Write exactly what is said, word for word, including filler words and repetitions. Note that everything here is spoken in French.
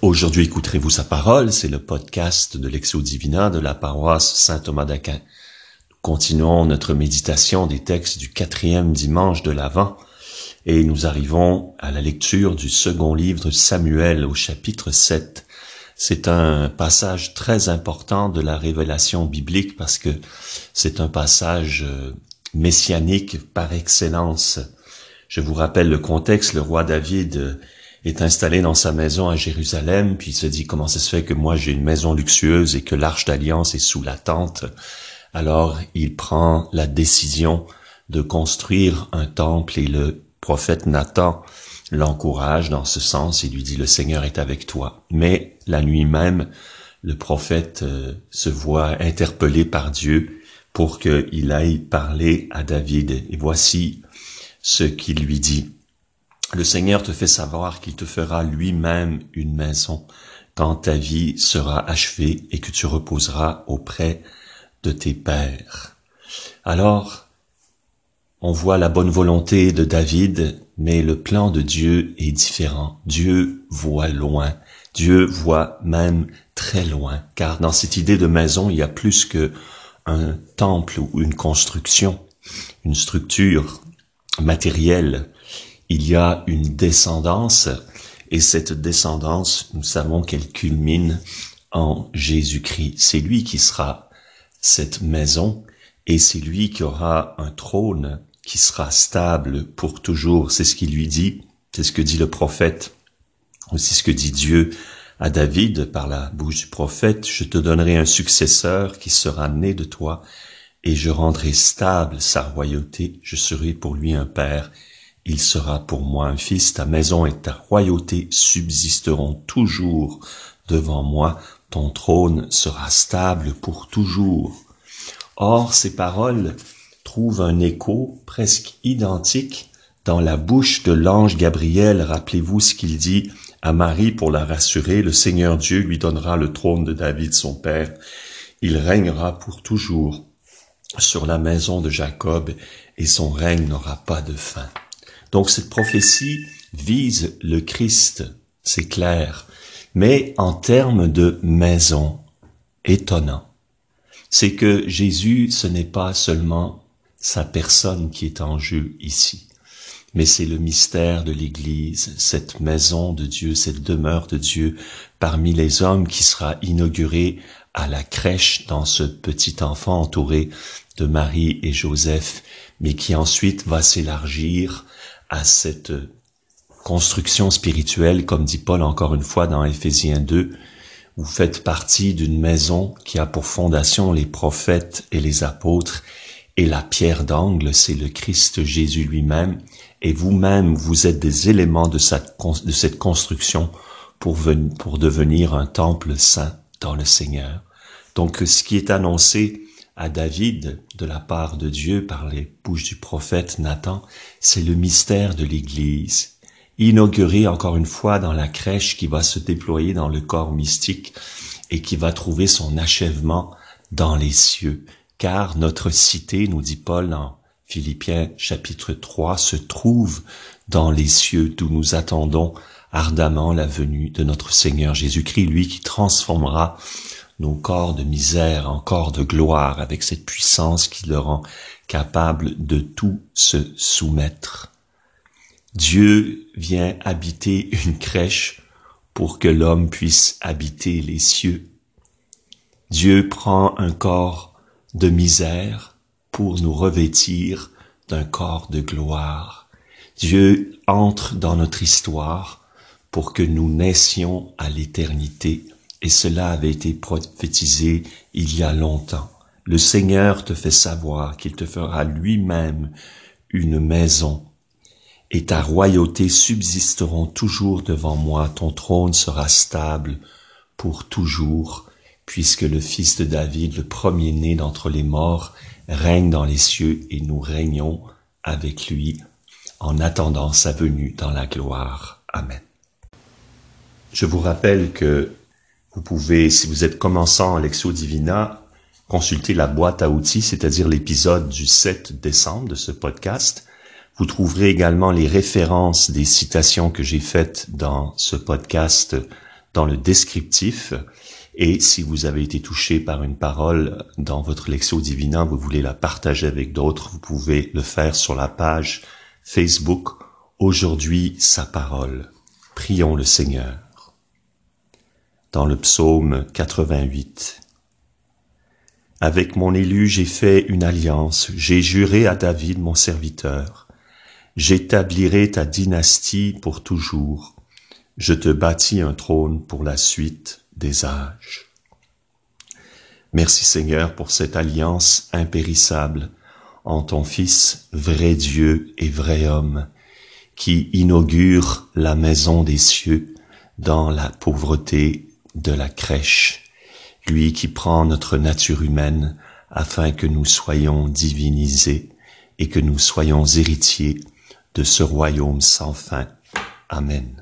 Aujourd'hui, écouterez-vous sa parole, c'est le podcast de Lectio Divina de la paroisse Saint-Thomas d'Aquin. Nous continuons notre méditation des textes du quatrième dimanche de l'Avent et nous arrivons à la lecture du second livre de Samuel au chapitre sept. C'est un passage très important de la révélation biblique parce que c'est un passage messianique par excellence. Je vous rappelle le contexte, le roi David est installé dans sa maison à Jérusalem, puis il se dit comment ça se fait que moi j'ai une maison luxueuse et que l'arche d'alliance est sous la tente. Alors il prend la décision de construire un temple et le prophète Nathan l'encourage dans ce sens et lui dit le Seigneur est avec toi. Mais la nuit même, le prophète euh, se voit interpellé par Dieu pour qu'il aille parler à David. Et voici ce qu'il lui dit. Le Seigneur te fait savoir qu'il te fera lui-même une maison quand ta vie sera achevée et que tu reposeras auprès de tes pères. Alors, on voit la bonne volonté de David, mais le plan de Dieu est différent. Dieu voit loin. Dieu voit même très loin, car dans cette idée de maison, il y a plus que un temple ou une construction, une structure matérielle. Il y a une descendance, et cette descendance, nous savons qu'elle culmine en Jésus-Christ. C'est lui qui sera cette maison, et c'est lui qui aura un trône qui sera stable pour toujours. C'est ce qu'il lui dit, c'est ce que dit le prophète, aussi ce que dit Dieu à David par la bouche du prophète. Je te donnerai un successeur qui sera né de toi, et je rendrai stable sa royauté. Je serai pour lui un père. Il sera pour moi un fils, ta maison et ta royauté subsisteront toujours devant moi, ton trône sera stable pour toujours. Or, ces paroles trouvent un écho presque identique dans la bouche de l'ange Gabriel. Rappelez-vous ce qu'il dit à Marie pour la rassurer. Le Seigneur Dieu lui donnera le trône de David son père. Il régnera pour toujours sur la maison de Jacob et son règne n'aura pas de fin. Donc cette prophétie vise le Christ, c'est clair, mais en termes de maison, étonnant, c'est que Jésus, ce n'est pas seulement sa personne qui est en jeu ici, mais c'est le mystère de l'Église, cette maison de Dieu, cette demeure de Dieu parmi les hommes qui sera inaugurée à la crèche dans ce petit enfant entouré de Marie et Joseph, mais qui ensuite va s'élargir à cette construction spirituelle, comme dit Paul encore une fois dans Éphésiens deux, vous faites partie d'une maison qui a pour fondation les prophètes et les apôtres, et la pierre d'angle, c'est le Christ Jésus lui-même, et vous-même, vous êtes des éléments de cette, de cette construction pour, venir, pour devenir un temple saint dans le Seigneur. Donc, ce qui est annoncé à David de la part de Dieu par les bouches du prophète Nathan, c'est le mystère de l'Église, inauguré encore une fois dans la crèche qui va se déployer dans le corps mystique et qui va trouver son achèvement dans les cieux. Car notre cité, nous dit Paul dans Philippiens chapitre trois, se trouve dans les cieux d'où nous attendons ardemment la venue de notre Seigneur Jésus-Christ, lui qui transformera nos corps de misère en corps de gloire avec cette puissance qui le rend capable de tout se soumettre. Dieu vient habiter une crèche pour que l'homme puisse habiter les cieux. Dieu prend un corps de misère pour nous revêtir d'un corps de gloire. Dieu entre dans notre histoire pour que nous naissions à l'éternité. Et cela avait été prophétisé il y a longtemps. Le Seigneur te fait savoir qu'il te fera lui-même une maison, et ta royauté subsisteront toujours devant moi, ton trône sera stable pour toujours, puisque le fils de David, le premier-né d'entre les morts, règne dans les cieux, et nous régnons avec lui en attendant sa venue dans la gloire. Amen. Je vous rappelle que vous pouvez, si vous êtes commençant en Lectio Divina, consulter la boîte à outils, c'est-à-dire l'épisode du sept décembre de ce podcast. Vous trouverez également les références des citations que j'ai faites dans ce podcast dans le descriptif. Et si vous avez été touché par une parole dans votre Lectio Divina, vous voulez la partager avec d'autres, vous pouvez le faire sur la page Facebook « Aujourd'hui, sa parole ». Prions le Seigneur. Dans le psaume quatre-vingt-huit. Avec mon élu, j'ai fait une alliance, j'ai juré à David, mon serviteur. J'établirai ta dynastie pour toujours. Je te bâtis un trône pour la suite des âges. Merci Seigneur pour cette alliance impérissable en ton Fils, vrai Dieu et vrai homme, qui inaugure la maison des cieux dans la pauvreté de la crèche, lui qui prend notre nature humaine afin que nous soyons divinisés et que nous soyons héritiers de ce royaume sans fin. Amen.